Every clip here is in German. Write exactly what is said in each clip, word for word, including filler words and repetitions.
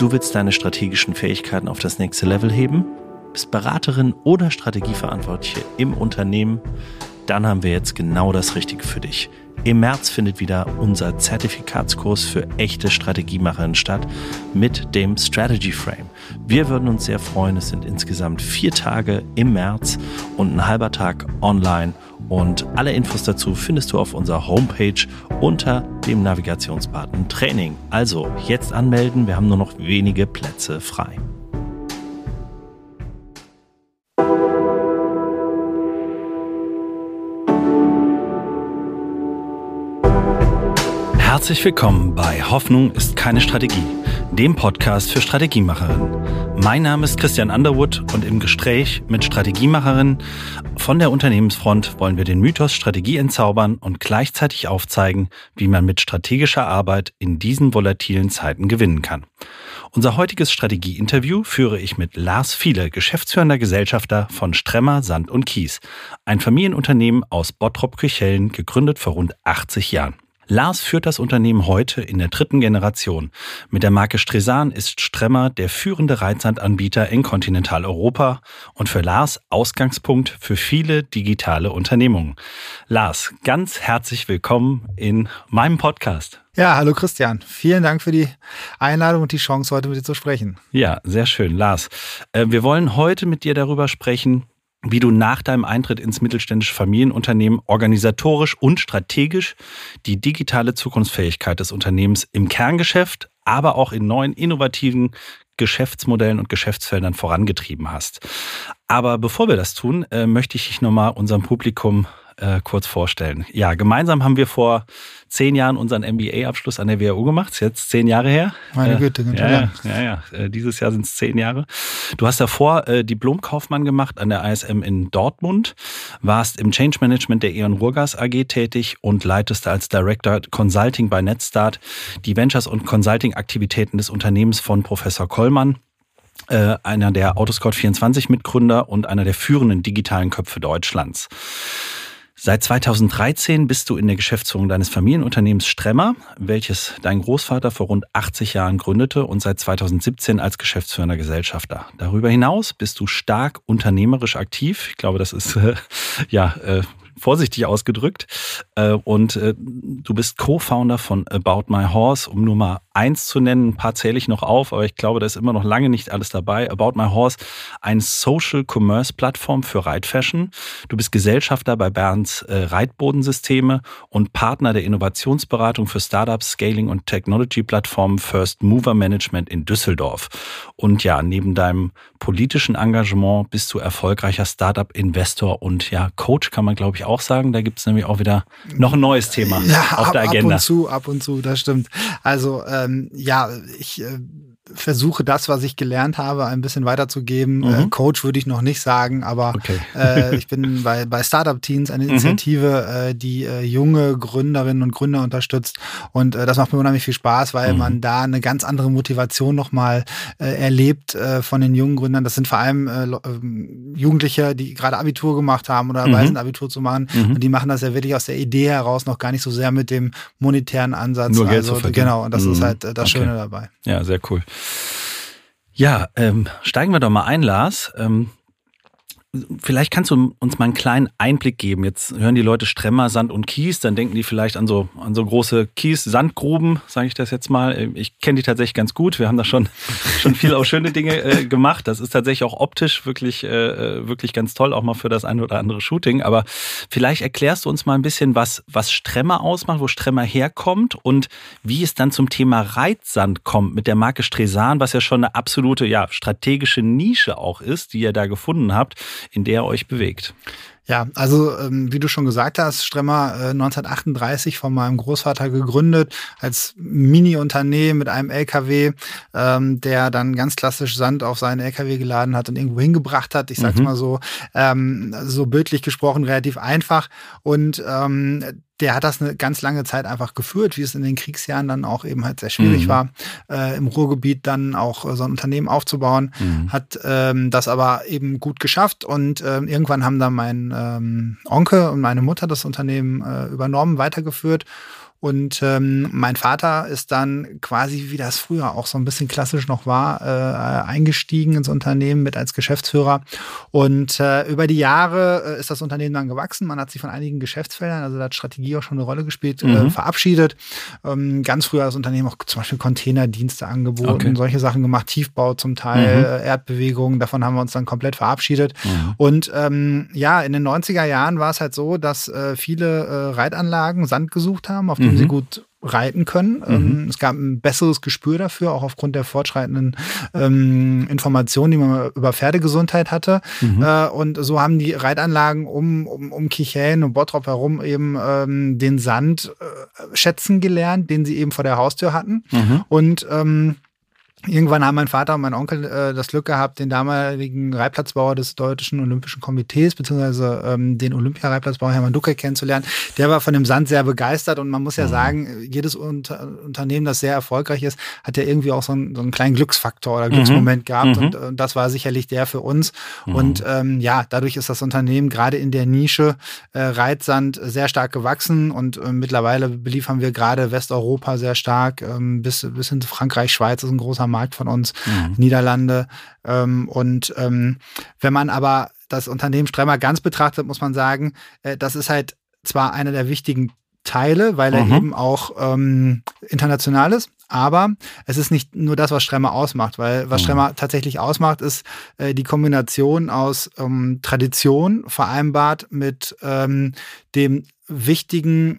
Du willst deine strategischen Fähigkeiten auf das nächste Level heben? Bist Beraterin oder Strategieverantwortliche im Unternehmen? Dann haben wir jetzt genau das Richtige für dich. Im März findet wieder unser Zertifikatskurs für echte Strategiemacherinnen statt mit dem Strategy Frame. Wir würden uns sehr freuen. Es sind insgesamt vier Tage im März und ein halber Tag online. Und alle Infos dazu findest du auf unserer Homepage unter dem Navigationsbutton Training. Also jetzt anmelden, wir haben nur noch wenige Plätze frei. Herzlich willkommen bei Hoffnung ist keine Strategie, dem Podcast für Strategiemacherinnen. Mein Name ist Christian Underwood und im Gespräch mit Strategiemacherinnen von der Unternehmensfront wollen wir den Mythos Strategie entzaubern und gleichzeitig aufzeigen, wie man mit strategischer Arbeit in diesen volatilen Zeiten gewinnen kann. Unser heutiges Strategie-Interview führe ich mit Lars Fiele, geschäftsführender Gesellschafter von Stremmer Sand und Kies, ein Familienunternehmen aus Bottrop-Kirchhellen, gegründet vor rund achtzig Jahren. Lars führt das Unternehmen heute in der dritten Generation. Mit der Marke Stresan ist Stremmer der führende Reitsandanbieter in Kontinentaleuropa und für Lars Ausgangspunkt für viele digitale Unternehmungen. Lars, ganz herzlich willkommen in meinem Podcast. Ja, hallo Christian. Vielen Dank für die Einladung und die Chance, heute mit dir zu sprechen. Ja, sehr schön, Lars. Wir wollen heute mit dir darüber sprechen, wie du nach deinem Eintritt ins mittelständische Familienunternehmen organisatorisch und strategisch die digitale Zukunftsfähigkeit des Unternehmens im Kerngeschäft, aber auch in neuen innovativen Geschäftsmodellen und Geschäftsfeldern vorangetrieben hast. Aber bevor wir das tun, äh, möchte ich dich nochmal unserem Publikum äh, kurz vorstellen. Ja, gemeinsam haben wir vor zehn Jahren unseren M B A-Abschluss an der W H U gemacht. Ist jetzt zehn Jahre her. Meine Güte, ganz äh, ja, ja, ja, ja. Dieses Jahr sind es zehn Jahre. Du hast davor äh, Diplomkaufmann gemacht an der I S M in Dortmund, warst im Change Management der E.ON Ruhrgas A G tätig und leitest als Director Consulting bei Netstart die Ventures- und Consulting-Aktivitäten des Unternehmens von Professor Kollmann, äh, einer der Autoscout vierundzwanzig Mitgründer und einer der führenden digitalen Köpfe Deutschlands. Seit zweitausenddreizehn bist du in der Geschäftsführung deines Familienunternehmens Stremmer, welches dein Großvater vor rund achtzig Jahren gründete und seit zweitausendsiebzehn als geschäftsführender Gesellschafter. Darüber hinaus bist du stark unternehmerisch aktiv. Ich glaube, das ist äh, ja äh, vorsichtig ausgedrückt. Äh, und äh, du bist Co-Founder von About My Horse, um nur mal eins zu nennen. Ein paar zähle ich noch auf, aber ich glaube, da ist immer noch lange nicht alles dabei. About My Horse, eine Social-Commerce-Plattform für Reitfashion. Du bist Gesellschafter bei Bernds äh, Reitbodensysteme und Partner der Innovationsberatung für Startups, Scaling und Technology-Plattformen First Mover Management in Düsseldorf. Und ja, neben deinem politischen Engagement bist du erfolgreicher Startup-Investor und ja, Coach kann man, glaube ich, auch sagen. Da gibt es nämlich auch wieder noch ein neues Thema ja, auf ab, der Agenda. Ab und zu, ab und zu, das stimmt. Also ähm, ja, ich äh, versuche das, was ich gelernt habe, ein bisschen weiterzugeben. Mhm. Äh, Coach würde ich noch nicht sagen, aber okay. äh, ich bin bei, bei Startup Teens, eine Initiative, mhm. äh, die äh, junge Gründerinnen und Gründer unterstützt. Und äh, das macht mir unheimlich viel Spaß, weil mhm. man da eine ganz andere Motivation nochmal äh, erlebt äh, von den jungen Gründern. Das sind vor allem äh, äh, Jugendliche, die gerade Abitur gemacht haben oder dabei mhm. sind, Abitur zu machen. Mhm. Und die machen das ja wirklich aus der Idee heraus, noch gar nicht so sehr mit dem monetären Ansatz. Nur Geld also, zu verdienen. Genau, und das mhm. ist halt äh, das okay. Schöne dabei. Ja, sehr cool. Ja, ähm, steigen wir doch mal ein, Lars. Ähm, vielleicht kannst du uns mal einen kleinen Einblick geben. Jetzt hören die Leute Stremmer, Sand und Kies, dann denken die vielleicht an so an so große Kies-Sandgruben, sage ich das jetzt mal. Ich kenne die tatsächlich ganz gut. Wir haben da schon schon viel auch schöne Dinge äh, gemacht. Das ist tatsächlich auch optisch wirklich äh, wirklich ganz toll, auch mal für das eine oder andere Shooting. Aber vielleicht erklärst du uns mal ein bisschen, was was Stremmer ausmacht, wo Stremmer herkommt und wie es dann zum Thema Reitsand kommt mit der Marke Stresan, was ja schon eine absolute ja strategische Nische auch ist, die ihr da gefunden habt, in der ihr euch bewegt. Ja, also ähm, wie du schon gesagt hast, Stremmer äh, neunzehnhundertachtunddreißig von meinem Großvater gegründet als Mini-Unternehmen mit einem L K W, ähm, der dann ganz klassisch Sand auf seinen L K W geladen hat und irgendwo hingebracht hat. Ich sag's mhm. mal so, ähm, so bildlich gesprochen, relativ einfach. Und ähm, der hat das eine ganz lange Zeit einfach geführt, wie es in den Kriegsjahren dann auch eben halt sehr schwierig mhm. war, äh, im Ruhrgebiet dann auch äh, so ein Unternehmen aufzubauen. Mhm. Hat ähm, das aber eben gut geschafft und äh, irgendwann haben dann mein ähm, Onkel und meine Mutter das Unternehmen äh, übernommen, weitergeführt. Und ähm, mein Vater ist dann quasi, wie das früher auch so ein bisschen klassisch noch war, äh, eingestiegen ins Unternehmen mit als Geschäftsführer. Und äh, über die Jahre äh, ist das Unternehmen dann gewachsen. Man hat sich von einigen Geschäftsfeldern, also da hat Strategie auch schon eine Rolle gespielt, mhm. äh, verabschiedet. Ähm, ganz früher das Unternehmen auch zum Beispiel Containerdienste angeboten, okay. solche Sachen gemacht, Tiefbau zum Teil, mhm. äh, Erdbewegungen, davon haben wir uns dann komplett verabschiedet. Mhm. Und ähm, ja, in den neunziger Jahren war es halt so, dass äh, viele äh, Reitanlagen Sand gesucht haben, auf dem mhm. sie gut reiten können. Mhm. Ähm, es gab ein besseres Gespür dafür, auch aufgrund der fortschreitenden ähm, Informationen, die man über Pferdegesundheit hatte. Mhm. Äh, und so haben die Reitanlagen um, um, um Kichellen und Bottrop herum eben ähm, den Sand äh, schätzen gelernt, den sie eben vor der Haustür hatten. Mhm. Und ähm, irgendwann haben mein Vater und mein Onkel äh, das Glück gehabt, den damaligen Reitplatzbauer des Deutschen Olympischen Komitees, beziehungsweise ähm, den Olympia-Reitplatzbauer Hermann Ducke kennenzulernen. Der war von dem Sand sehr begeistert und man muss ja mhm. sagen, jedes Unter- Unternehmen, das sehr erfolgreich ist, hat ja irgendwie auch so einen, so einen kleinen Glücksfaktor oder Glücksmoment mhm. gehabt mhm. Und, und das war sicherlich der für uns. Mhm. Und ähm, ja, dadurch ist das Unternehmen gerade in der Nische äh, Reitsand sehr stark gewachsen und äh, mittlerweile beliefern wir gerade Westeuropa sehr stark, ähm, bis, bis hin zu Frankreich, Schweiz ist ein großer Markt von uns, mhm. Niederlande. Ähm, und ähm, wenn man aber das Unternehmen Stremmer ganz betrachtet, muss man sagen, äh, das ist halt zwar einer der wichtigen Teile, weil er mhm. eben auch ähm, international ist, aber es ist nicht nur das, was Stremmer ausmacht, weil was mhm. Stremmer tatsächlich ausmacht, ist äh, die Kombination aus ähm, Tradition vereinbart mit ähm, dem wichtigen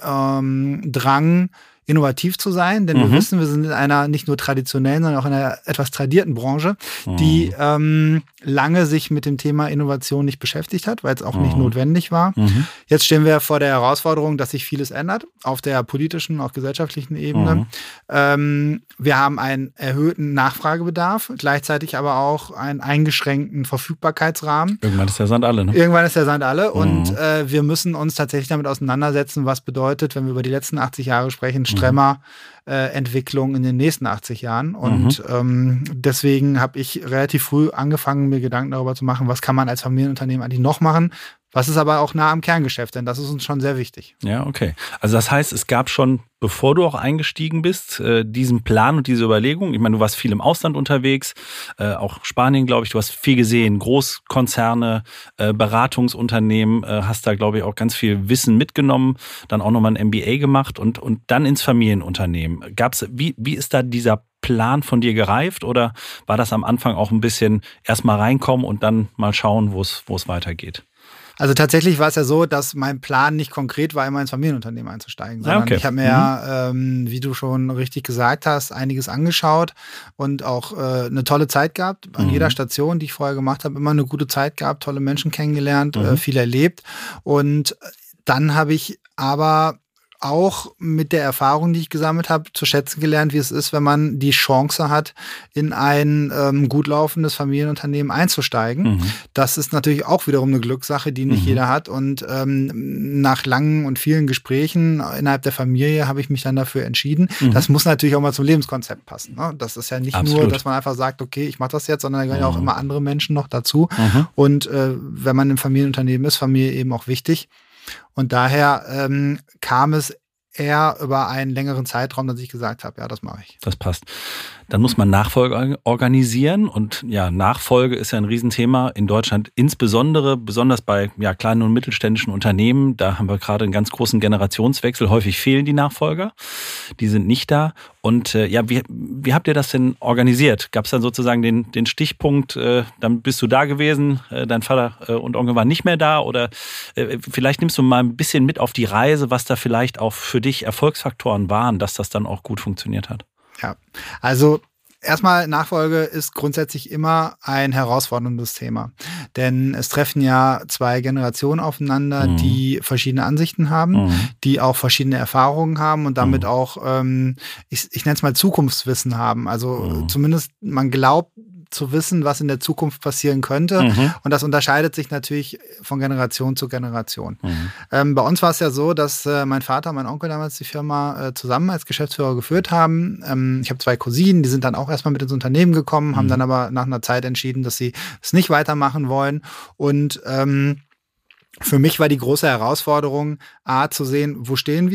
ähm, Drang, innovativ zu sein, denn mhm. wir wissen, wir sind in einer nicht nur traditionellen, sondern auch in einer etwas tradierten Branche, mhm. die ähm, lange sich mit dem Thema Innovation nicht beschäftigt hat, weil es auch mhm. nicht notwendig war. Mhm. Jetzt stehen wir vor der Herausforderung, dass sich vieles ändert, auf der politischen, auch gesellschaftlichen Ebene. Mhm. Ähm, wir haben einen erhöhten Nachfragebedarf, gleichzeitig aber auch einen eingeschränkten Verfügbarkeitsrahmen. Irgendwann ist der Sand alle, ne? Irgendwann ist der Sand alle mhm. und äh, wir müssen uns tatsächlich damit auseinandersetzen, was bedeutet, wenn wir über die letzten achtzig Jahre sprechen, Stremmer äh, Entwicklung in den nächsten achtzig Jahren. Und mhm. ähm, deswegen habe ich relativ früh angefangen, mir Gedanken darüber zu machen, was kann man als Familienunternehmen eigentlich noch machen. Was ist aber auch nah am Kerngeschäft, denn das ist uns schon sehr wichtig. Ja, okay. Also das heißt, es gab schon, bevor du auch eingestiegen bist, äh, diesen Plan und diese Überlegung. Ich meine, du warst viel im Ausland unterwegs, äh, auch Spanien, glaube ich. Du hast viel gesehen, Großkonzerne, äh, Beratungsunternehmen, äh, hast da, glaube ich, auch ganz viel Wissen mitgenommen, dann auch nochmal ein M B A gemacht und, und dann ins Familienunternehmen. Gab's, wie, wie ist da dieser Plan von dir gereift oder war das am Anfang auch ein bisschen erstmal reinkommen und dann mal schauen, wo es, wo es weitergeht? Also tatsächlich war es ja so, dass mein Plan nicht konkret war, immer ins Familienunternehmen einzusteigen, sondern okay. ich habe mir mhm. ja, ähm, wie du schon richtig gesagt hast, einiges angeschaut und auch äh, eine tolle Zeit gehabt. An mhm. jeder Station, die ich vorher gemacht habe, immer eine gute Zeit gehabt, tolle Menschen kennengelernt, mhm. äh, viel erlebt. Und dann habe ich aber auch mit der Erfahrung, die ich gesammelt habe, zu schätzen gelernt, wie es ist, wenn man die Chance hat, in ein ähm, gut laufendes Familienunternehmen einzusteigen. Mhm. Das ist natürlich auch wiederum eine Glückssache, die nicht mhm. jeder hat. Und ähm, nach langen und vielen Gesprächen innerhalb der Familie habe ich mich dann dafür entschieden. Mhm. Das muss natürlich auch mal zum Lebenskonzept passen. Ne? Das ist ja nicht Absolut. Nur, dass man einfach sagt, okay, ich mache das jetzt, sondern da gehören ja mhm. auch immer andere Menschen noch dazu. Mhm. Und äh, wenn man im Familienunternehmen ist, Familie eben auch wichtig. Und daher ähm, kam es eher über einen längeren Zeitraum, dass ich gesagt habe, ja, das mache ich. Das passt. Dann muss man Nachfolge organisieren und ja, Nachfolge ist ja ein Riesenthema in Deutschland, insbesondere besonders bei ja, kleinen und mittelständischen Unternehmen. Da haben wir gerade einen ganz großen Generationswechsel. Häufig fehlen die Nachfolger, die sind nicht da. Und äh, ja, wie, wie habt ihr das denn organisiert? Gab es dann sozusagen den, den Stichpunkt, äh, dann bist du da gewesen, äh, dein Vater äh, und Onkel waren nicht mehr da oder äh, vielleicht nimmst du mal ein bisschen mit auf die Reise, was da vielleicht auch für dich Erfolgsfaktoren waren, dass das dann auch gut funktioniert hat? Ja, also erstmal Nachfolge ist grundsätzlich immer ein herausforderndes Thema, denn es treffen ja zwei Generationen aufeinander, mhm. die verschiedene Ansichten haben, mhm. die auch verschiedene Erfahrungen haben und damit mhm. auch, ähm, ich, ich nenne es mal Zukunftswissen haben. Also mhm. zumindest man glaubt zu wissen, was in der Zukunft passieren könnte. Mhm. Und das unterscheidet sich natürlich von Generation zu Generation. Mhm. Ähm, bei uns war es ja so, dass äh, mein Vater und mein Onkel damals die Firma äh, zusammen als Geschäftsführer geführt haben. Ähm, ich habe zwei Cousinen, die sind dann auch erstmal mit ins Unternehmen gekommen, mhm. haben dann aber nach einer Zeit entschieden, dass sie es nicht weitermachen wollen. Und ähm, für mich war die große Herausforderung, A, zu sehen, wo stehen wir?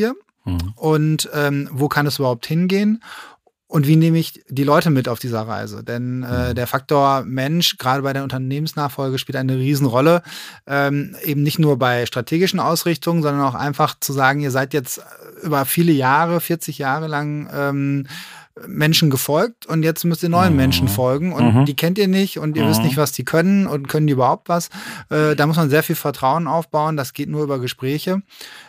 Mhm. Und ähm, wo kann es überhaupt hingehen? Und wie nehme ich die Leute mit auf dieser Reise? Denn äh, der Faktor Mensch, gerade bei der Unternehmensnachfolge, spielt eine Riesenrolle. Ähm, eben nicht nur bei strategischen Ausrichtungen, sondern auch einfach zu sagen, ihr seid jetzt über viele Jahre, vierzig Jahre lang ähm, Menschen gefolgt und jetzt müsst ihr neuen mhm. Menschen folgen und mhm. die kennt ihr nicht und ihr mhm. wisst nicht, was die können und können die überhaupt was. Äh, da muss man sehr viel Vertrauen aufbauen. Das geht nur über Gespräche.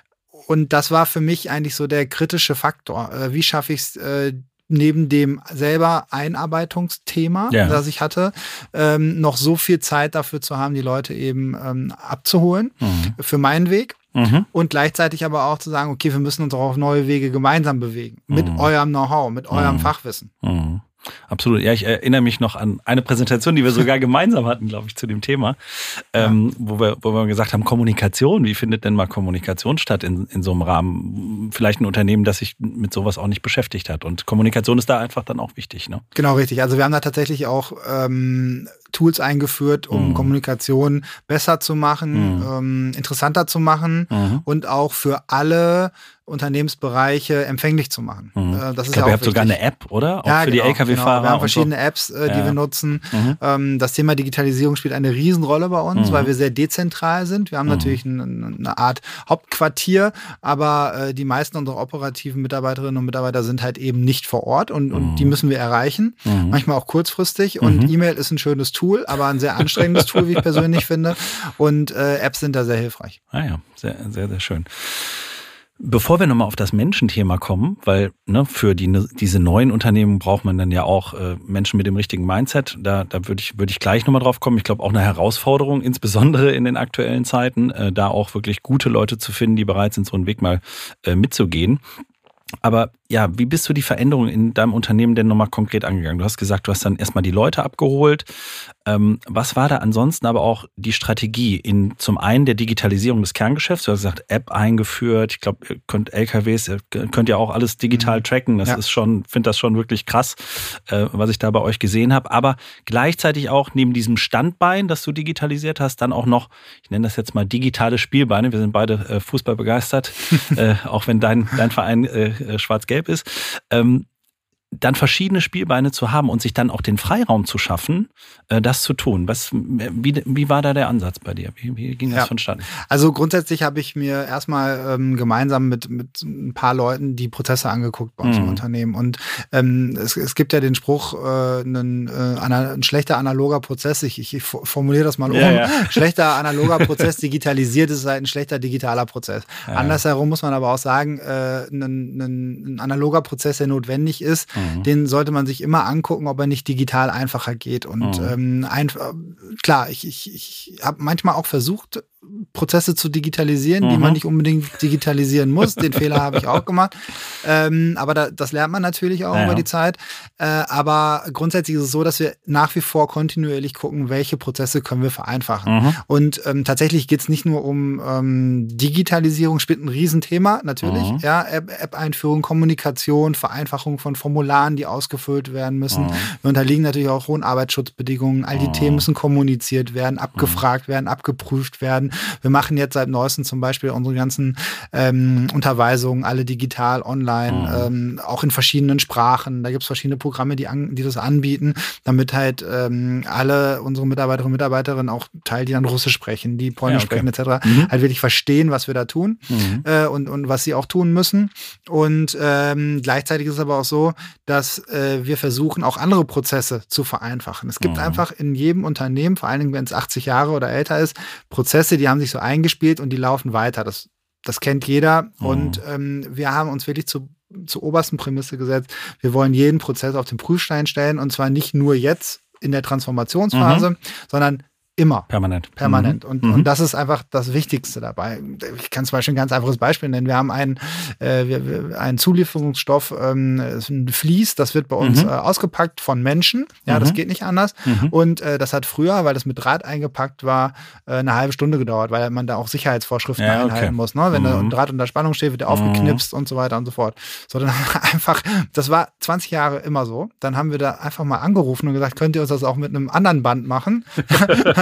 Und das war für mich eigentlich so der kritische Faktor. Äh, wie schaffe ich es, äh, neben dem selber Einarbeitungsthema, ja. das ich hatte, ähm, noch so viel Zeit dafür zu haben, die Leute eben ähm, abzuholen mhm. für meinen Weg. Mhm. Und gleichzeitig aber auch zu sagen, okay, wir müssen uns auch auf neue Wege gemeinsam bewegen. Mit mhm. eurem Know-how, mit eurem mhm. Fachwissen. Mhm. Absolut. Ja, ich erinnere mich noch an eine Präsentation, die wir sogar gemeinsam hatten, glaube ich, zu dem Thema, ja. ähm, wo wir, wo wir gesagt haben, Kommunikation, wie findet denn mal Kommunikation statt in, in so einem Rahmen? Vielleicht ein Unternehmen, das sich mit sowas auch nicht beschäftigt hat. Und Kommunikation ist da einfach dann auch wichtig, ne? Genau, richtig. Also wir haben da tatsächlich auch ähm, Tools eingeführt, um mhm. Kommunikation besser zu machen, mhm. ähm, interessanter zu machen mhm. und auch für alle Unternehmensbereiche empfänglich zu machen. Mhm. Das ist ich glaube, ja auch ihr habt wichtig. Sogar eine App, oder? Auch ja, für genau, die L K W-Fahrer. Genau. Wir haben verschiedene so. Apps, äh, die ja. wir nutzen. Mhm. Ähm, das Thema Digitalisierung spielt eine Riesenrolle bei uns, mhm. weil wir sehr dezentral sind. Wir haben mhm. natürlich ein, eine Art Hauptquartier, aber äh, die meisten unserer operativen Mitarbeiterinnen und Mitarbeiter sind halt eben nicht vor Ort und, mhm. und die müssen wir erreichen. Mhm. Manchmal auch kurzfristig. Und mhm. E-Mail ist ein schönes Tool, aber ein sehr anstrengendes Tool, wie ich persönlich finde. Und äh, Apps sind da sehr hilfreich. Ah ja, sehr, sehr, sehr schön. Bevor wir nochmal auf das Menschenthema kommen, weil ne, für die, diese neuen Unternehmen braucht man dann ja auch äh, Menschen mit dem richtigen Mindset. Da, da würde ich, würde ich gleich nochmal drauf kommen. Ich glaube auch eine Herausforderung, insbesondere in den aktuellen Zeiten, äh, da auch wirklich gute Leute zu finden, die bereit sind, so einen Weg mal äh, mitzugehen. Aber ja, wie bist du die Veränderung in deinem Unternehmen denn nochmal konkret angegangen? Du hast gesagt, du hast dann erstmal die Leute abgeholt. Ähm, was war da ansonsten aber auch die Strategie in zum einen der Digitalisierung des Kerngeschäfts? Du hast gesagt, App eingeführt. Ich glaube, ihr könnt L K Ws, ihr könnt ja auch alles digital tracken. Das ja. ist schon, finde das schon wirklich krass, äh, was ich da bei euch gesehen habe. Aber gleichzeitig auch neben diesem Standbein, das du digitalisiert hast, dann auch noch, ich nenne das jetzt mal digitale Spielbeine. Wir sind beide äh, Fußball begeistert, äh, auch wenn dein, dein Verein äh, schwarz-gelb ist. Ähm, dann verschiedene Spielbeine zu haben und sich dann auch den Freiraum zu schaffen, äh, das zu tun. Was, wie, wie war da der Ansatz bei dir? Wie, wie ging das ja. vonstatten? Also grundsätzlich habe ich mir erstmal ähm, gemeinsam mit, mit ein paar Leuten die Prozesse angeguckt bei uns mhm. im Unternehmen. Und ähm, es, es gibt ja den Spruch, äh, ein, äh, ein schlechter analoger Prozess, ich, ich formuliere das mal um, ja, ja. schlechter analoger Prozess digitalisiert ist halt ein schlechter digitaler Prozess. Ja. Andersherum muss man aber auch sagen, äh, ein, ein, ein analoger Prozess, der notwendig ist, Mhm. den sollte man sich immer angucken, ob er nicht digital einfacher geht. Und mhm. ähm, ein, klar, ich, ich, ich habe manchmal auch versucht, Prozesse zu digitalisieren, mhm. die man nicht unbedingt digitalisieren muss. Den Fehler habe ich auch gemacht. Ähm, aber da, das lernt man natürlich auch ja, über die Zeit. Äh, aber grundsätzlich ist es so, dass wir nach wie vor kontinuierlich gucken, welche Prozesse können wir vereinfachen. Mhm. Und ähm, tatsächlich geht es nicht nur um ähm, Digitalisierung, spielt ein Riesenthema, natürlich. Mhm. Ja, App-Einführung, Kommunikation, Vereinfachung von Formularen, die ausgefüllt werden müssen. Mhm. Wir unterliegen natürlich auch hohen Arbeitsschutzbedingungen. All die mhm. Themen müssen kommuniziert werden, abgefragt mhm. werden, abgeprüft werden. Wir machen jetzt seit neuestem zum Beispiel unsere ganzen ähm, Unterweisungen alle digital, online, mhm. ähm, auch in verschiedenen Sprachen. Da gibt es verschiedene Programme, die, an, die das anbieten, damit halt ähm, alle unsere Mitarbeiterinnen und Mitarbeiterinnen, auch Teil, die dann Russisch sprechen, die Polnisch ja, okay. sprechen et cetera, mhm. halt wirklich verstehen, was wir da tun mhm. äh, und, und was sie auch tun müssen. Und ähm, gleichzeitig ist es aber auch so, dass äh, wir versuchen, auch andere Prozesse zu vereinfachen. Es gibt mhm. einfach in jedem Unternehmen, vor allen Dingen, wenn es achtzig Jahre oder älter ist, Prozesse, die haben sich so eingespielt und die laufen weiter. Das, das kennt jeder. Mhm. Und ähm, wir haben uns wirklich zu, zur obersten Prämisse gesetzt, wir wollen jeden Prozess auf den Prüfstein stellen und zwar nicht nur jetzt in der Transformationsphase, mhm. sondern immer. Permanent. Permanent. Mhm. Und, mhm. und das ist einfach das Wichtigste dabei. Ich kann zum Beispiel ein ganz einfaches Beispiel nennen. Wir haben einen, äh, wir, wir, einen Zulieferungsstoff, ähm, ist ein Vlies, das wird bei uns mhm. äh, ausgepackt von Menschen. Ja, mhm. das geht nicht anders. Mhm. Und äh, das hat früher, weil das mit Draht eingepackt war, äh, eine halbe Stunde gedauert, weil man da auch Sicherheitsvorschriften ja, einhalten okay. muss. Ne? Wenn mhm. da Draht unter Spannung steht, wird der mhm. aufgeknipst und so weiter und so fort. So, dann haben wir einfach, das war zwanzig Jahre immer so. Dann haben wir da einfach mal angerufen und gesagt, könnt ihr uns das auch mit einem anderen Band machen?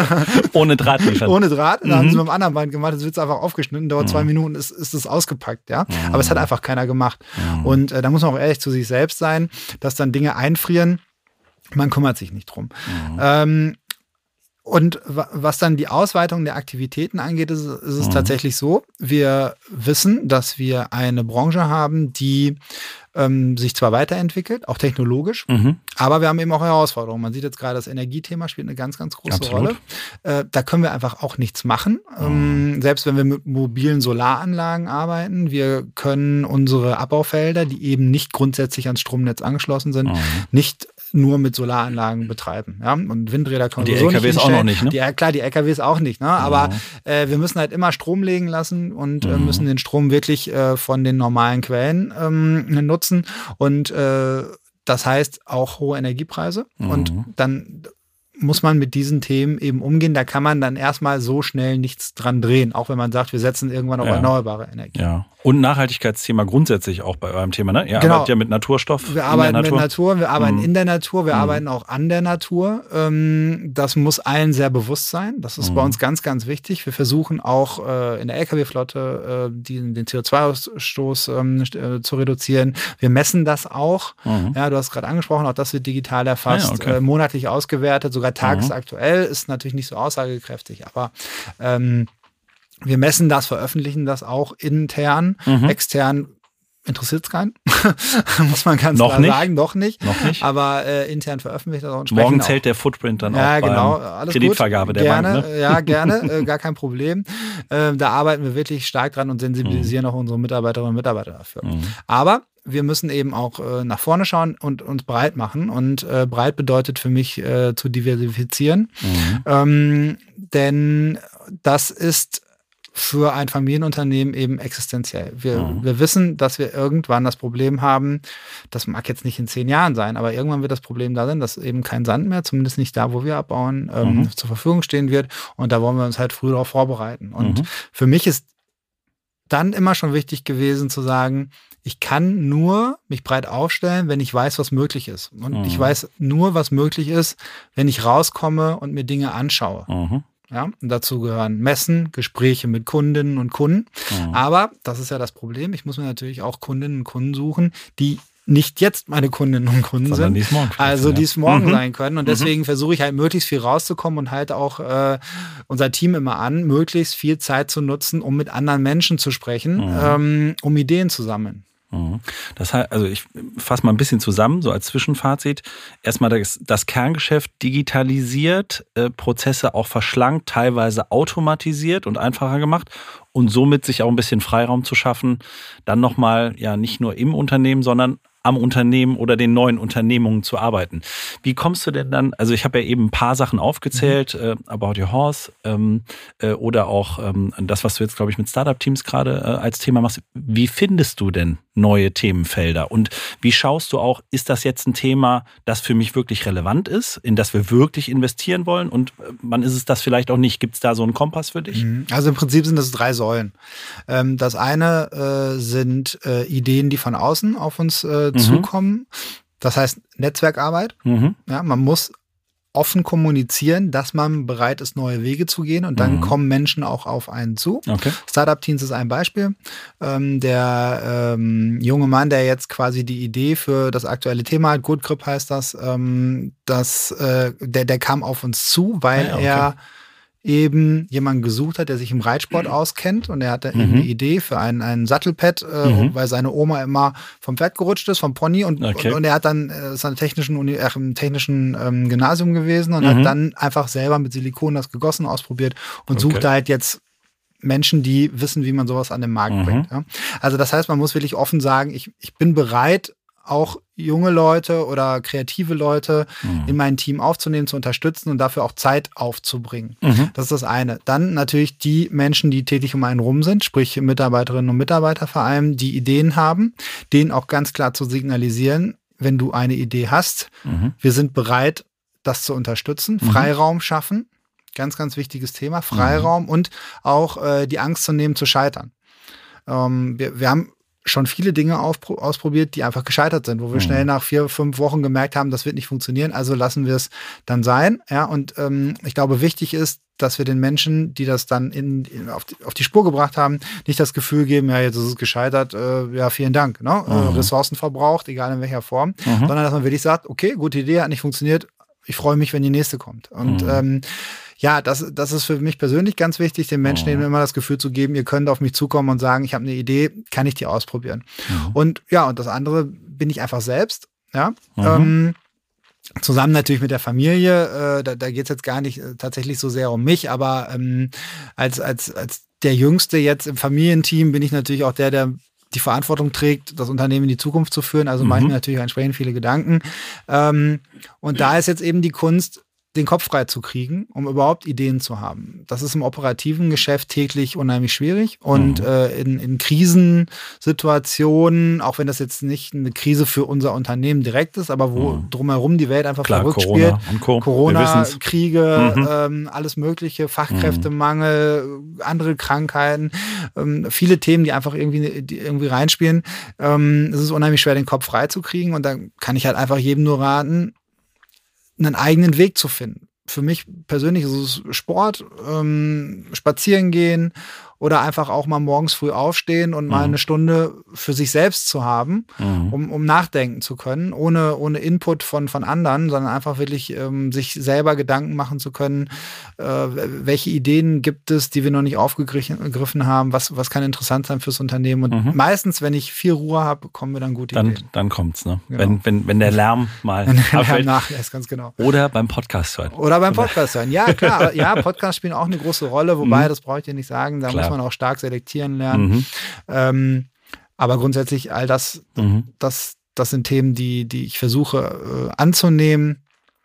Ohne Draht liefern. Ohne Draht. Und dann mhm. haben sie mit dem anderen Band gemacht, das wird einfach aufgeschnitten, dauert mhm. zwei Minuten, ist, ist es ausgepackt, ja. Mhm. Aber es hat einfach keiner gemacht. Mhm. Und äh, da muss man auch ehrlich zu sich selbst sein, dass dann Dinge einfrieren, man kümmert sich nicht drum. Mhm. Ähm, Und was dann die Ausweitung der Aktivitäten angeht, ist, ist es mhm. tatsächlich so, wir wissen, dass wir eine Branche haben, die ähm, sich zwar weiterentwickelt, auch technologisch, mhm. aber wir haben eben auch Herausforderungen. Man sieht jetzt gerade, das Energiethema spielt eine ganz, ganz große Absolut. Rolle. Äh, da können wir einfach auch nichts machen, mhm. ähm, selbst wenn wir mit mobilen Solaranlagen arbeiten. Wir können unsere Abbaufelder, die eben nicht grundsätzlich ans Stromnetz angeschlossen sind, mhm. nicht nur mit Solaranlagen betreiben. Ja? Und Windräder können wir so nicht hinstellen. Die L K Ws auch noch nicht, ne? Die, klar, die L K Ws auch nicht. Ne? Aber ja. äh, wir müssen halt immer Strom legen lassen und mhm. äh, müssen den Strom wirklich äh, von den normalen Quellen ähm, nutzen. Und äh, das heißt auch hohe Energiepreise. Mhm. Und dann muss man mit diesen Themen eben umgehen. Da kann man dann erstmal so schnell nichts dran drehen, auch wenn man sagt, wir setzen irgendwann auf ja. erneuerbare Energie. Ja. Und Nachhaltigkeitsthema grundsätzlich auch bei eurem Thema, ne? Ihr genau. arbeitet ja mit Naturstoff. Wir arbeiten Natur. mit Natur, wir arbeiten mhm. in der Natur, wir mhm. arbeiten auch an der Natur. Das muss allen sehr bewusst sein. Das ist mhm. bei uns ganz, ganz wichtig. Wir versuchen auch in der L K W-Flotte den C O zwei Ausstoß zu reduzieren. Wir messen das auch. Mhm. Ja, du hast gerade angesprochen, auch das wird digital erfasst, ah, ja, okay. monatlich ausgewertet, sogar tagesaktuell, ist natürlich nicht so aussagekräftig, aber ähm, wir messen das, veröffentlichen das auch intern, mhm. extern interessiert es keinen, muss man ganz noch klar nicht. sagen, noch nicht, noch nicht. aber äh, intern veröffentlicht das auch. Morgen zählt auch der Footprint dann ja, auch genau, beim alles Kreditvergabe gut. der gerne, Bank. Ne? Ja, gerne, äh, gar kein Problem. Äh, da arbeiten wir wirklich stark dran und sensibilisieren mhm. auch unsere Mitarbeiterinnen und Mitarbeiter dafür. Mhm. Aber wir müssen eben auch äh, nach vorne schauen und uns breit machen. Und äh, breit bedeutet für mich äh, zu diversifizieren. Mhm. Ähm, denn das ist für ein Familienunternehmen eben existenziell. Wir, mhm. wir wissen, dass wir irgendwann das Problem haben, das mag jetzt nicht in zehn Jahren sein, aber irgendwann wird das Problem da sein, dass eben kein Sand mehr, zumindest nicht da, wo wir abbauen, ähm, mhm. zur Verfügung stehen wird. Und da wollen wir uns halt früh darauf vorbereiten. Und mhm. für mich ist dann immer schon wichtig gewesen zu sagen, ich kann nur mich breit aufstellen, wenn ich weiß, was möglich ist. Und mhm. ich weiß nur, was möglich ist, wenn ich rauskomme und mir Dinge anschaue. Mhm. Ja, und dazu gehören Messen, Gespräche mit Kundinnen und Kunden. Mhm. Aber, das ist ja das Problem, ich muss mir natürlich auch Kundinnen und Kunden suchen, die nicht jetzt meine Kundinnen und Kunden Sondern sind, die es morgen also die es morgen mhm. sein können. Und deswegen mhm. versuche ich halt möglichst viel rauszukommen und halt auch äh, unser Team immer an, möglichst viel Zeit zu nutzen, um mit anderen Menschen zu sprechen, mhm. ähm, um Ideen zu sammeln. Das heißt, also ich fasse mal ein bisschen zusammen, so als Zwischenfazit. Erstmal das, das Kerngeschäft digitalisiert, äh, Prozesse auch verschlankt, teilweise automatisiert und einfacher gemacht und somit sich auch ein bisschen Freiraum zu schaffen, dann nochmal ja nicht nur im Unternehmen, sondern am Unternehmen oder den neuen Unternehmungen zu arbeiten. Wie kommst du denn dann, also ich habe ja eben ein paar Sachen aufgezählt, mhm. äh, About Your Horse ähm, äh, oder auch ähm, das, was du jetzt, glaube ich, mit Startup-Teams gerade äh, als Thema machst. Wie findest du denn neue Themenfelder? Und wie schaust du auch, ist das jetzt ein Thema, das für mich wirklich relevant ist, in das wir wirklich investieren wollen? Und äh, wann ist es das vielleicht auch nicht? Gibt es da so einen Kompass für dich? Also im Prinzip sind das drei Säulen. Ähm, das eine äh, sind äh, Ideen, die von außen auf uns äh, mhm. zukommen. Das heißt Netzwerkarbeit. Mhm. Ja, man muss offen kommunizieren, dass man bereit ist, neue Wege zu gehen und dann mhm. kommen Menschen auch auf einen zu. Okay. Startup-Teams ist ein Beispiel. Ähm, der ähm, junge Mann, der jetzt quasi die Idee für das aktuelle Thema hat, Good Grip heißt das, ähm, das äh, der, der kam auf uns zu, weil ah, ja, okay. er eben jemanden gesucht hat, der sich im Reitsport auskennt und er hatte mhm. eine Idee für ein, ein Sattelpad, äh, mhm. weil seine Oma immer vom Pferd gerutscht ist, vom Pony und, okay. und, und er hat dann, äh, ist an technischen Uni, äh, im technischen ähm, Gymnasium gewesen und mhm. hat dann einfach selber mit Silikon das gegossen ausprobiert und okay. sucht halt jetzt Menschen, die wissen, wie man sowas an den Markt mhm. bringt. Ja? Also das heißt, man muss wirklich offen sagen, ich, ich bin bereit, auch junge Leute oder kreative Leute mhm. in mein Team aufzunehmen, zu unterstützen und dafür auch Zeit aufzubringen. Mhm. Das ist das eine. Dann natürlich die Menschen, die tätig um einen rum sind, sprich Mitarbeiterinnen und Mitarbeiter vor allem, die Ideen haben, denen auch ganz klar zu signalisieren, wenn du eine Idee hast, mhm. wir sind bereit, das zu unterstützen, mhm. Freiraum schaffen, ganz, ganz wichtiges Thema, Freiraum mhm. und auch äh, die Angst zu nehmen, zu scheitern. Ähm, wir, wir haben schon viele Dinge aufpro- ausprobiert, die einfach gescheitert sind, wo wir mhm. schnell nach vier, fünf Wochen gemerkt haben, das wird nicht funktionieren, also lassen wir es dann sein. Ja, und ähm, ich glaube, wichtig ist, dass wir den Menschen, die das dann in, in, auf, die, auf die Spur gebracht haben, nicht das Gefühl geben, ja, jetzt ist es gescheitert, äh, ja, vielen Dank. Ne? Mhm. Äh, Ressourcen verbraucht, egal in welcher Form, mhm. sondern dass man wirklich sagt, okay, gute Idee, hat nicht funktioniert, ich freue mich, wenn die nächste kommt. Und mhm. ähm, ja, das, das ist für mich persönlich ganz wichtig, den Menschen eben immer das Gefühl zu geben, ihr könnt auf mich zukommen und sagen, ich habe eine Idee, kann ich die ausprobieren? Mhm. Und ja, und das andere bin ich einfach selbst, ja, mhm. ähm, zusammen natürlich mit der Familie, äh, da, da geht es jetzt gar nicht äh, tatsächlich so sehr um mich, aber ähm, als, als, als der Jüngste jetzt im Familienteam bin ich natürlich auch der, der die Verantwortung trägt, das Unternehmen in die Zukunft zu führen, also mhm. mache ich mir natürlich entsprechend viele Gedanken. Ähm, und da ist jetzt eben die Kunst, den Kopf frei zu kriegen, um überhaupt Ideen zu haben. Das ist im operativen Geschäft täglich unheimlich schwierig und mhm. äh, in, in Krisensituationen, auch wenn das jetzt nicht eine Krise für unser Unternehmen direkt ist, aber wo mhm. drumherum die Welt einfach Klar, verrückt Corona spielt. Und Co. Corona, Kriege, mhm. ähm, alles mögliche, Fachkräftemangel, mhm. andere Krankheiten, ähm, viele Themen, die einfach irgendwie, die irgendwie reinspielen. Ähm, es ist unheimlich schwer, den Kopf frei zu kriegen und da kann ich halt einfach jedem nur raten, einen eigenen Weg zu finden. Für mich persönlich ist es Sport, ähm, spazieren gehen oder einfach auch mal morgens früh aufstehen und mal mhm. eine Stunde für sich selbst zu haben, mhm. um, um nachdenken zu können, ohne, ohne Input von, von anderen, sondern einfach wirklich ähm, sich selber Gedanken machen zu können, äh, welche Ideen gibt es, die wir noch nicht aufgegriffen haben, was, was kann interessant sein fürs Unternehmen. Und mhm. meistens, wenn ich viel Ruhe habe, kommen wir dann gute dann, Ideen. Dann kommt's, ne? Genau. Wenn, wenn, wenn der Lärm mal wenn der Lärm nachlässt, ganz genau. Oder beim Podcast hören. Oder beim Podcast hören, ja klar. Ja, Podcasts spielen auch eine große Rolle, wobei, mhm. das brauche ich dir nicht sagen, da klar. muss man auch stark selektieren lernen. Mhm. Ähm, aber grundsätzlich all das, mhm. das, das sind Themen, die, die ich versuche äh, anzunehmen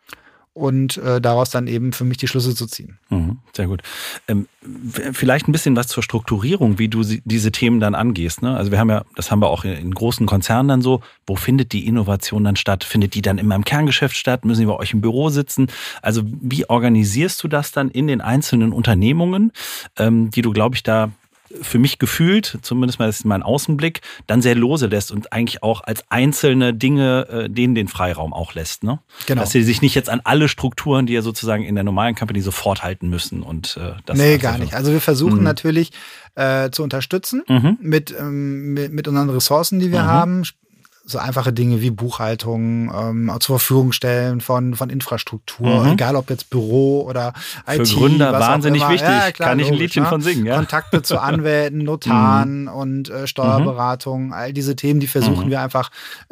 und äh, daraus dann eben für mich die Schlüsse zu ziehen. Mhm, sehr gut. Ähm, vielleicht ein bisschen was zur Strukturierung, wie du sie, diese Themen dann angehst. Ne? Also wir haben ja, das haben wir auch in, in großen Konzernen dann so, wo findet die Innovation dann statt? Findet die dann immer im Kerngeschäft statt? Müssen die bei euch im Büro sitzen? Also wie organisierst du das dann in den einzelnen Unternehmungen, ähm, die du, glaube ich, da für mich gefühlt, zumindest mal das ist mein Außenblick, dann sehr lose lässt und eigentlich auch als einzelne Dinge äh, denen den Freiraum auch lässt. Ne? Genau. Dass sie sich nicht jetzt an alle Strukturen, die ja sozusagen in der normalen Company sofort halten müssen. Und, äh, das nee, also gar so. nicht. Also wir versuchen mhm. natürlich äh, zu unterstützen mhm. mit, ähm, mit, mit unseren Ressourcen, die wir mhm. haben. So einfache Dinge wie Buchhaltung, ähm, zur Verfügung stellen von, von Infrastruktur, mhm. egal ob jetzt Büro oder I T. Für Gründer wahnsinnig wichtig. Ja, klar, kann ich ein logisch, Liedchen ne? von singen. Ja? Kontakte zu Anwälten, Notaren mhm. und äh, Steuerberatung, all diese Themen, die versuchen mhm. wir einfach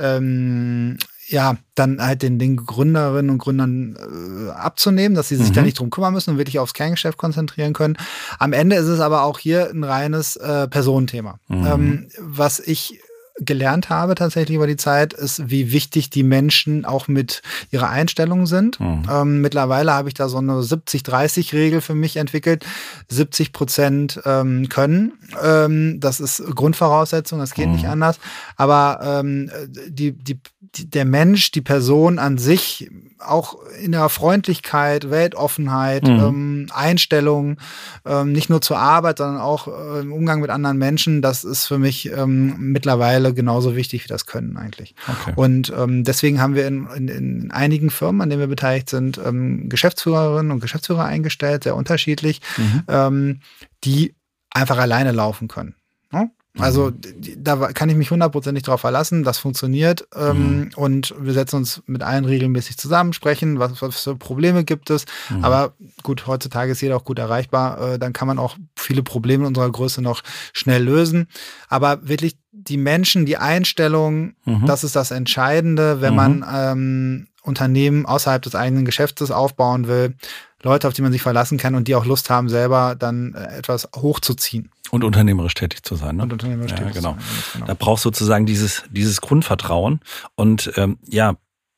ähm, ja, dann halt den, den Gründerinnen und Gründern äh, abzunehmen, dass sie sich mhm. da nicht drum kümmern müssen und wirklich aufs Kerngeschäft konzentrieren können. Am Ende ist es aber auch hier ein reines äh, Personenthema. Mhm. Ähm, was ich gelernt habe tatsächlich über die Zeit, ist, wie wichtig die Menschen auch mit ihrer Einstellung sind. Mhm. Ähm, mittlerweile habe ich da so eine siebzig dreißig Regel für mich entwickelt. siebzig Prozent ähm, können. Ähm, das ist Grundvoraussetzung, das geht mhm. nicht anders. Aber ähm, die, die, die, der Mensch, die Person an sich, auch in der Freundlichkeit, Weltoffenheit, mhm. ähm, Einstellung, ähm, nicht nur zur Arbeit, sondern auch äh, im Umgang mit anderen Menschen, das ist für mich ähm, mittlerweile genauso wichtig wie das Können eigentlich. Okay. Und ähm, deswegen haben wir in, in, in einigen Firmen, an denen wir beteiligt sind, ähm, Geschäftsführerinnen und Geschäftsführer eingestellt, sehr unterschiedlich, mhm. ähm, die einfach alleine laufen können. Ne? Also da kann ich mich hundertprozentig drauf verlassen, das funktioniert ähm, mhm. und wir setzen uns mit allen regelmäßig zusammen, sprechen, was, was für Probleme gibt es, mhm. aber gut, heutzutage ist jeder auch gut erreichbar, äh, dann kann man auch viele Probleme in unserer Größe noch schnell lösen, aber wirklich die Menschen, die Einstellung, mhm. das ist das Entscheidende, wenn mhm. man ähm, Unternehmen außerhalb des eigenen Geschäftes aufbauen will, Leute, auf die man sich verlassen kann und die auch Lust haben, selber dann etwas hochzuziehen. Und unternehmerisch tätig zu sein. Ne? Und unternehmerisch ja, tätig genau. zu sein. Genau. Da brauchst du sozusagen dieses, dieses Grundvertrauen. Und ähm, ja,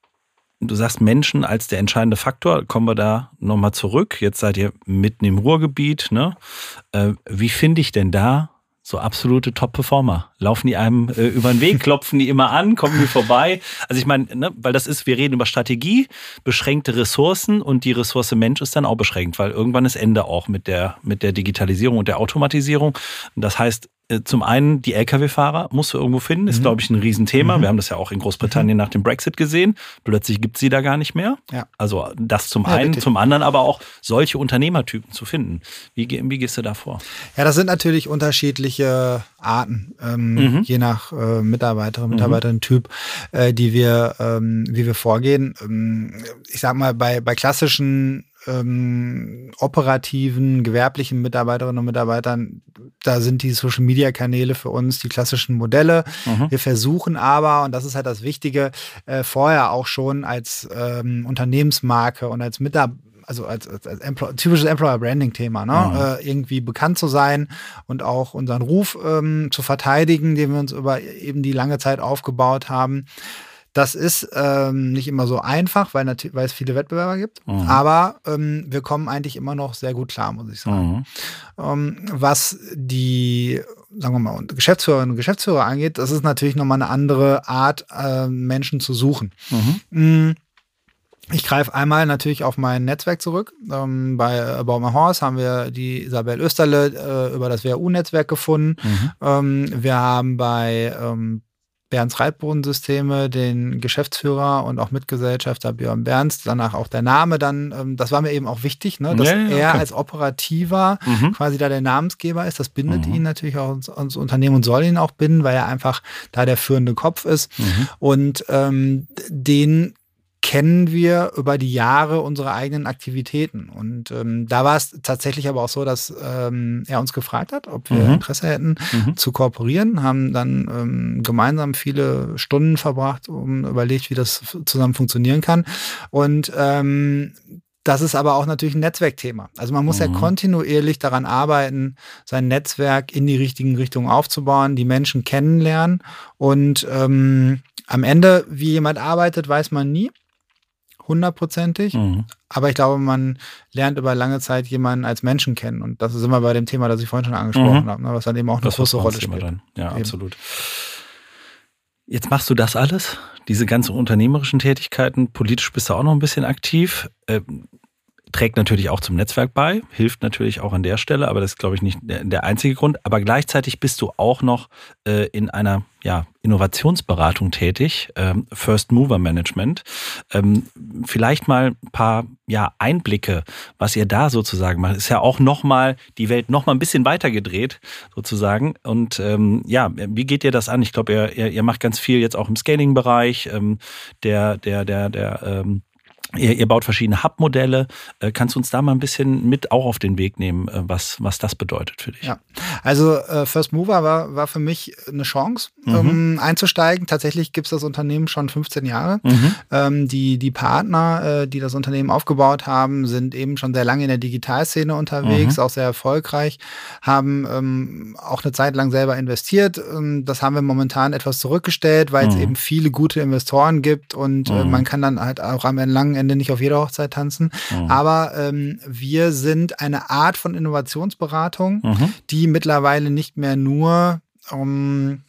du sagst Menschen als der entscheidende Faktor. Kommen wir da nochmal zurück. Jetzt seid ihr mitten im Ruhrgebiet. Ne? Äh, wie finde ich denn da so absolute Top-Performer? Laufen die einem äh, über den Weg, klopfen die immer an, kommen die vorbei? Also ich meine, ne, weil das ist, wir reden über Strategie, beschränkte Ressourcen und die Ressource Mensch ist dann auch beschränkt, weil irgendwann ist Ende auch mit der, mit der Digitalisierung und der Automatisierung. Das heißt, zum einen die L K W-Fahrer musst du irgendwo finden, ist, mhm. glaube ich, ein Riesenthema. Mhm. Wir haben das ja auch in Großbritannien mhm. nach dem Brexit gesehen. Plötzlich gibt es sie da gar nicht mehr. Ja. Also das zum ja, einen, bitte. zum anderen aber auch solche Unternehmertypen zu finden. Wie, wie gehst du da vor? Ja, das sind natürlich unterschiedliche Arten, ähm, mhm. je nach äh, Mitarbeiterin, Mitarbeiterin-Typ, äh, die wir, ähm, wie wir vorgehen. Ähm, ich sag mal, bei, bei klassischen ähm, operativen, gewerblichen Mitarbeiterinnen und Mitarbeitern, da sind die Social-Media-Kanäle für uns die klassischen Modelle. Mhm. Wir versuchen aber, und das ist halt das Wichtige, äh, vorher auch schon als ähm, Unternehmensmarke und als Mitarbeiter, also als, als, als Empl- typisches Employer-Branding-Thema, ne? Mhm. Äh, irgendwie bekannt zu sein und auch unseren Ruf ähm, zu verteidigen, den wir uns über eben die lange Zeit aufgebaut haben. Das ist ähm, nicht immer so einfach, weil, nat- weil es viele Wettbewerber gibt, mhm. aber ähm, wir kommen eigentlich immer noch sehr gut klar, muss ich sagen. Mhm. Ähm, was die, sagen wir mal, Geschäftsführerinnen und Geschäftsführer angeht, das ist natürlich nochmal eine andere Art, äh, Menschen zu suchen. Mhm. Ich greife einmal natürlich auf mein Netzwerk zurück. Ähm, bei About My Horse haben wir die Isabel Österle äh, über das W H U-Netzwerk gefunden. Mhm. Ähm, wir haben bei ähm, Berns Reitbodensysteme den Geschäftsführer und auch Mitgesellschafter Björn Berns, danach auch der Name dann, ähm, das war mir eben auch wichtig, ne, dass ja, ja, okay. er als Operativer mhm. quasi da der Namensgeber ist. Das bindet mhm. ihn natürlich auch ins, ins Unternehmen und soll ihn auch binden, weil er einfach da der führende Kopf ist. Mhm. Und ähm, den kennen wir über die Jahre unsere eigenen Aktivitäten. Und ähm, da war es tatsächlich aber auch so, dass ähm, er uns gefragt hat, ob wir mhm. Interesse hätten, mhm. zu kooperieren, haben dann ähm, gemeinsam viele Stunden verbracht, um überlegt, wie das zusammen funktionieren kann. Und ähm, das ist aber auch natürlich ein Netzwerkthema. Also man muss mhm. ja kontinuierlich daran arbeiten, sein Netzwerk in die richtigen Richtungen aufzubauen, die Menschen kennenlernen. Und ähm, am Ende, wie jemand arbeitet, weiß man nie. Hundertprozentig. Mhm. Aber ich glaube, man lernt über lange Zeit jemanden als Menschen kennen. Und das ist immer bei dem Thema, das ich vorhin schon angesprochen mhm. habe, ne, was dann eben auch eine große Rolle spielt. Dann. Ja, eben. Absolut. Jetzt machst du das alles, diese ganzen unternehmerischen Tätigkeiten. Politisch bist du auch noch ein bisschen aktiv. Äh, trägt natürlich auch zum Netzwerk bei, hilft natürlich auch an der Stelle, aber das ist, glaube ich, nicht der, der einzige Grund. Aber gleichzeitig bist du auch noch äh, in einer ja, Innovationsberatung tätig, ähm, First Mover Management. Ähm, vielleicht mal ein paar ja, Einblicke, was ihr da sozusagen macht. Ist ja auch nochmal die Welt nochmal ein bisschen weiter gedreht, sozusagen. Und ähm, ja, wie geht ihr das an? Ich glaube, ihr, ihr, ihr macht ganz viel jetzt auch im Scaling-Bereich, ähm, der, der, der, der ähm, Ihr, ihr baut verschiedene Hub-Modelle. Kannst du uns da mal ein bisschen mit auch auf den Weg nehmen, was, was das bedeutet für dich? Ja, also äh, First Mover war, war für mich eine Chance, mhm. um einzusteigen. Tatsächlich gibt es das Unternehmen schon fünfzehn Jahre. Mhm. Ähm, die, die Partner, äh, die das Unternehmen aufgebaut haben, sind eben schon sehr lange in der Digitalszene unterwegs, mhm. auch sehr erfolgreich, haben ähm, auch eine Zeit lang selber investiert. Ähm, das haben wir momentan etwas zurückgestellt, weil es mhm. eben viele gute Investoren gibt und mhm. äh, man kann dann halt auch am langen Ende nicht auf jeder Hochzeit tanzen. Mhm. Aber ähm, wir sind eine Art von Innovationsberatung, mhm. die mittlerweile nicht mehr nur um,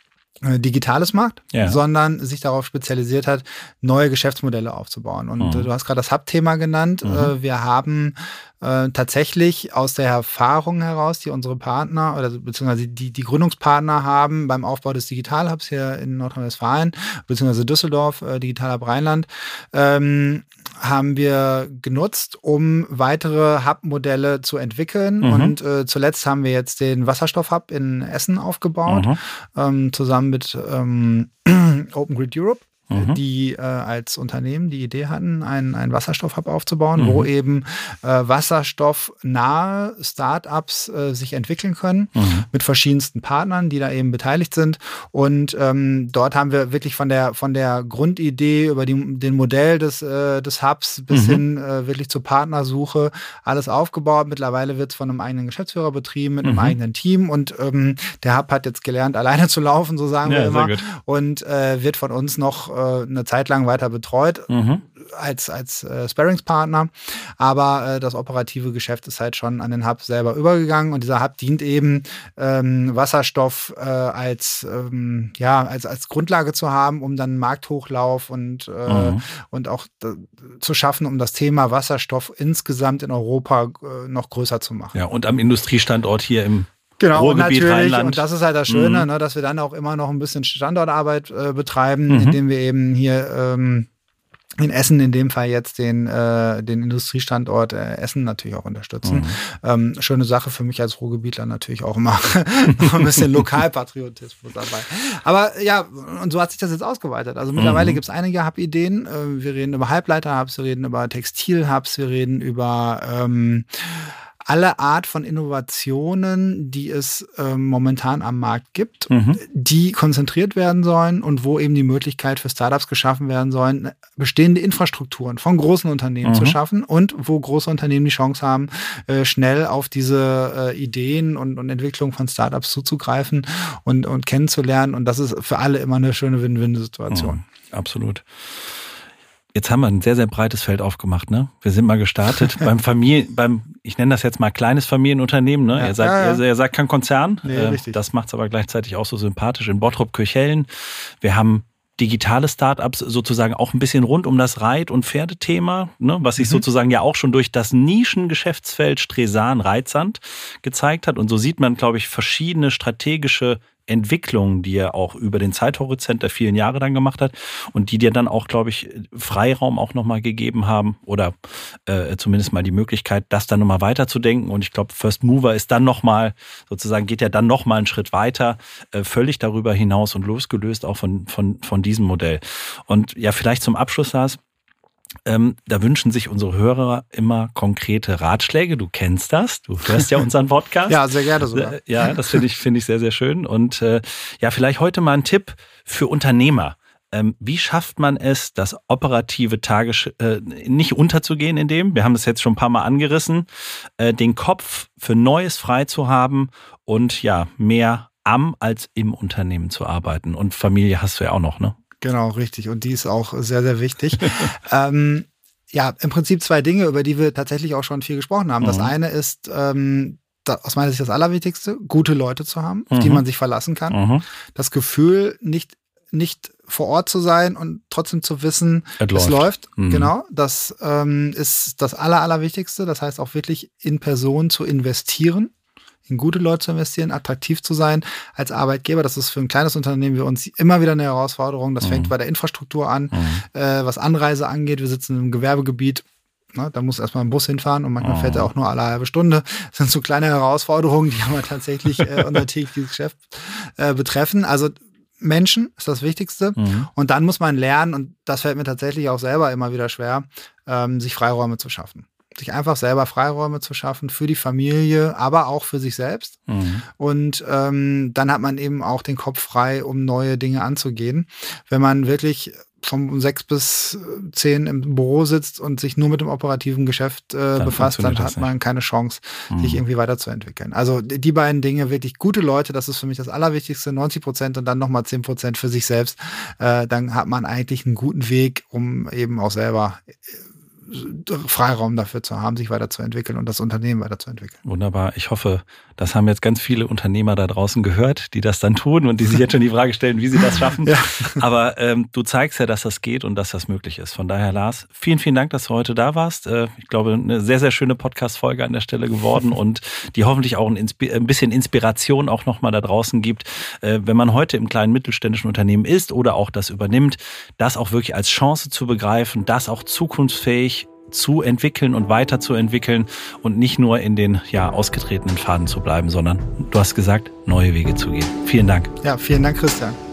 äh, Digitales macht, ja. sondern sich darauf spezialisiert hat, neue Geschäftsmodelle aufzubauen. Und mhm. äh, du hast gerade das Hub-Thema genannt. Mhm. Äh, wir haben äh, tatsächlich aus der Erfahrung heraus, die unsere Partner oder beziehungsweise die, die Gründungspartner haben beim Aufbau des Digital-Hubs hier in Nordrhein-Westfalen, beziehungsweise Düsseldorf, äh, Digital-Hub Rheinland, ähm, haben wir genutzt, um weitere Hub-Modelle zu entwickeln. Mhm. Und äh, zuletzt haben wir jetzt den Wasserstoff-Hub in Essen aufgebaut, mhm. ähm, zusammen mit ähm, Open Grid Europe. Mhm. die äh, als Unternehmen die Idee hatten, einen, einen Wasserstoff-Hub aufzubauen, mhm. wo eben äh, wasserstoffnahe Startups äh, sich entwickeln können, mhm. mit verschiedensten Partnern, die da eben beteiligt sind. Und ähm, dort haben wir wirklich von der von der Grundidee über die, den Modell des, äh, des Hubs bis mhm. hin äh, wirklich zur Partnersuche alles aufgebaut. Mittlerweile wird es von einem eigenen Geschäftsführer betrieben, mit einem mhm. eigenen Team. Und ähm, der Hub hat jetzt gelernt, alleine zu laufen, so sagen ja, wir immer. Und äh, wird von uns noch eine Zeit lang weiter betreut mhm. als, als äh, Sparringspartner. Aber äh, das operative Geschäft ist halt schon an den Hub selber übergegangen und dieser Hub dient eben ähm, Wasserstoff äh, als, ähm, ja, als, als Grundlage zu haben, um dann Markthochlauf und, äh, mhm. und auch äh, zu schaffen, um das Thema Wasserstoff insgesamt in Europa äh, noch größer zu machen. Ja, und am Industriestandort hier im Genau, Ruhrgebiet, und natürlich, Rheinland. Und das ist halt das Schöne, mhm. ne, dass wir dann auch immer noch ein bisschen Standortarbeit äh, betreiben, Mhm. indem wir eben hier ähm, in Essen in dem Fall jetzt den, äh, den Industriestandort äh, Essen natürlich auch unterstützen. Mhm. Ähm, schöne Sache für mich als Ruhrgebietler natürlich auch immer noch ein bisschen Lokalpatriotismus dabei. Aber ja, und so hat sich das jetzt ausgeweitet. Also mittlerweile mhm. gibt es einige Hub-Ideen. Äh, wir reden über Halbleiter-Hubs, wir reden über Textil-Hubs, wir reden über ähm, alle Art von Innovationen, die es ähm, momentan am Markt gibt, mhm. die konzentriert werden sollen und wo eben die Möglichkeit für Startups geschaffen werden sollen, bestehende Infrastrukturen von großen Unternehmen mhm. zu schaffen und wo große Unternehmen die Chance haben, äh, schnell auf diese äh, Ideen und, und Entwicklung von Startups zuzugreifen und, und kennenzulernen. Und das ist für alle immer eine schöne Win-Win-Situation. Mhm. Absolut. Jetzt haben wir ein sehr, sehr breites Feld aufgemacht, ne? Wir sind mal gestartet beim Familien, beim, ich nenne das jetzt mal kleines Familienunternehmen, ne? Ja, er, sagt, ja, ja. er sagt kein Konzern. Nee, äh, richtig. Das macht es aber gleichzeitig auch so sympathisch in Bottrop-Kirchhellen. Wir haben digitale Startups sozusagen auch ein bisschen rund um das Reit- und Pferdethema, ne? Was sich mhm. sozusagen ja auch schon durch das Nischengeschäftsfeld Stresan-Reitsand gezeigt hat. Und so sieht man, glaube ich, verschiedene strategische Entwicklungen, die er auch über den Zeithorizont der vielen Jahre dann gemacht hat und die dir dann auch, glaube ich, Freiraum auch nochmal gegeben haben oder äh, zumindest mal die Möglichkeit, das dann nochmal weiterzudenken. Und ich glaube, First Mover ist dann nochmal, sozusagen geht ja dann nochmal einen Schritt weiter, äh, völlig darüber hinaus und losgelöst auch von, von, von diesem Modell. Und ja, vielleicht zum Abschluss, Lars, Ähm, da wünschen sich unsere Hörer immer konkrete Ratschläge. Du kennst das, du hörst ja unseren Podcast. Ja, sehr gerne sogar. Ja, das finde ich, finde ich sehr, sehr schön. Und äh, ja, vielleicht heute mal ein Tipp für Unternehmer. Ähm, wie schafft man es, das operative Tages äh, nicht unterzugehen in dem, wir haben das jetzt schon ein paar Mal angerissen, äh, den Kopf für Neues frei zu haben und ja, mehr am als im Unternehmen zu arbeiten. Und Familie hast du ja auch noch, ne? Genau, richtig. Und die ist auch sehr, sehr wichtig. ähm, ja, im Prinzip zwei Dinge, über die wir tatsächlich auch schon viel gesprochen haben. Mhm. Das eine ist, ähm, da, aus meiner Sicht das Allerwichtigste, gute Leute zu haben, auf mhm. die man sich verlassen kann. Mhm. Das Gefühl, nicht, nicht vor Ort zu sein und trotzdem zu wissen, es läuft. läuft. Mhm. Genau, das ähm, ist das Aller, Allerwichtigste. Das heißt auch wirklich in Personen zu investieren, in gute Leute zu investieren, attraktiv zu sein als Arbeitgeber. Das ist für ein kleines Unternehmen wie uns immer wieder eine Herausforderung. Das mhm. fängt bei der Infrastruktur an, mhm. äh, was Anreise angeht. Wir sitzen im Gewerbegebiet. Na, da muss erstmal ein Bus hinfahren und manchmal oh. fährt er auch nur alle halbe Stunde. Das sind so kleine Herausforderungen, die aber tatsächlich äh, unser tägliches Geschäft äh, betreffen. Also Menschen ist das Wichtigste. Mhm. Und dann muss man lernen, und das fällt mir tatsächlich auch selber immer wieder schwer, ähm, sich Freiräume zu schaffen. Sich einfach selber Freiräume zu schaffen für die Familie, aber auch für sich selbst. Mhm. Und ähm, dann hat man eben auch den Kopf frei, um neue Dinge anzugehen. Wenn man wirklich von sechs bis zehn im Büro sitzt und sich nur mit dem operativen Geschäft äh, dann befasst, dann hat man keine Chance, mhm. sich irgendwie weiterzuentwickeln. Also die beiden Dinge, wirklich gute Leute, das ist für mich das Allerwichtigste, neunzig Prozent und dann nochmal zehn Prozent für sich selbst. Äh, dann hat man eigentlich einen guten Weg, um eben auch selber Freiraum dafür zu haben, sich weiterzuentwickeln und das Unternehmen weiterzuentwickeln. Wunderbar. Ich hoffe, das haben jetzt ganz viele Unternehmer da draußen gehört, die das dann tun und die sich jetzt schon die Frage stellen, wie sie das schaffen. Ja. Aber ähm, du zeigst ja, dass das geht und dass das möglich ist. Von daher, Lars, vielen, vielen Dank, dass du heute da warst. Äh, ich glaube, eine sehr, sehr schöne Podcast-Folge an der Stelle geworden und die hoffentlich auch ein, Inspi- ein bisschen Inspiration auch nochmal da draußen gibt, äh, wenn man heute im kleinen mittelständischen Unternehmen ist oder auch das übernimmt, das auch wirklich als Chance zu begreifen, das auch zukunftsfähig zu entwickeln und weiterzuentwickeln und nicht nur in den ja ausgetretenen Pfaden zu bleiben, sondern, du hast gesagt, neue Wege zu gehen. Vielen Dank. Ja, vielen Dank, Christian.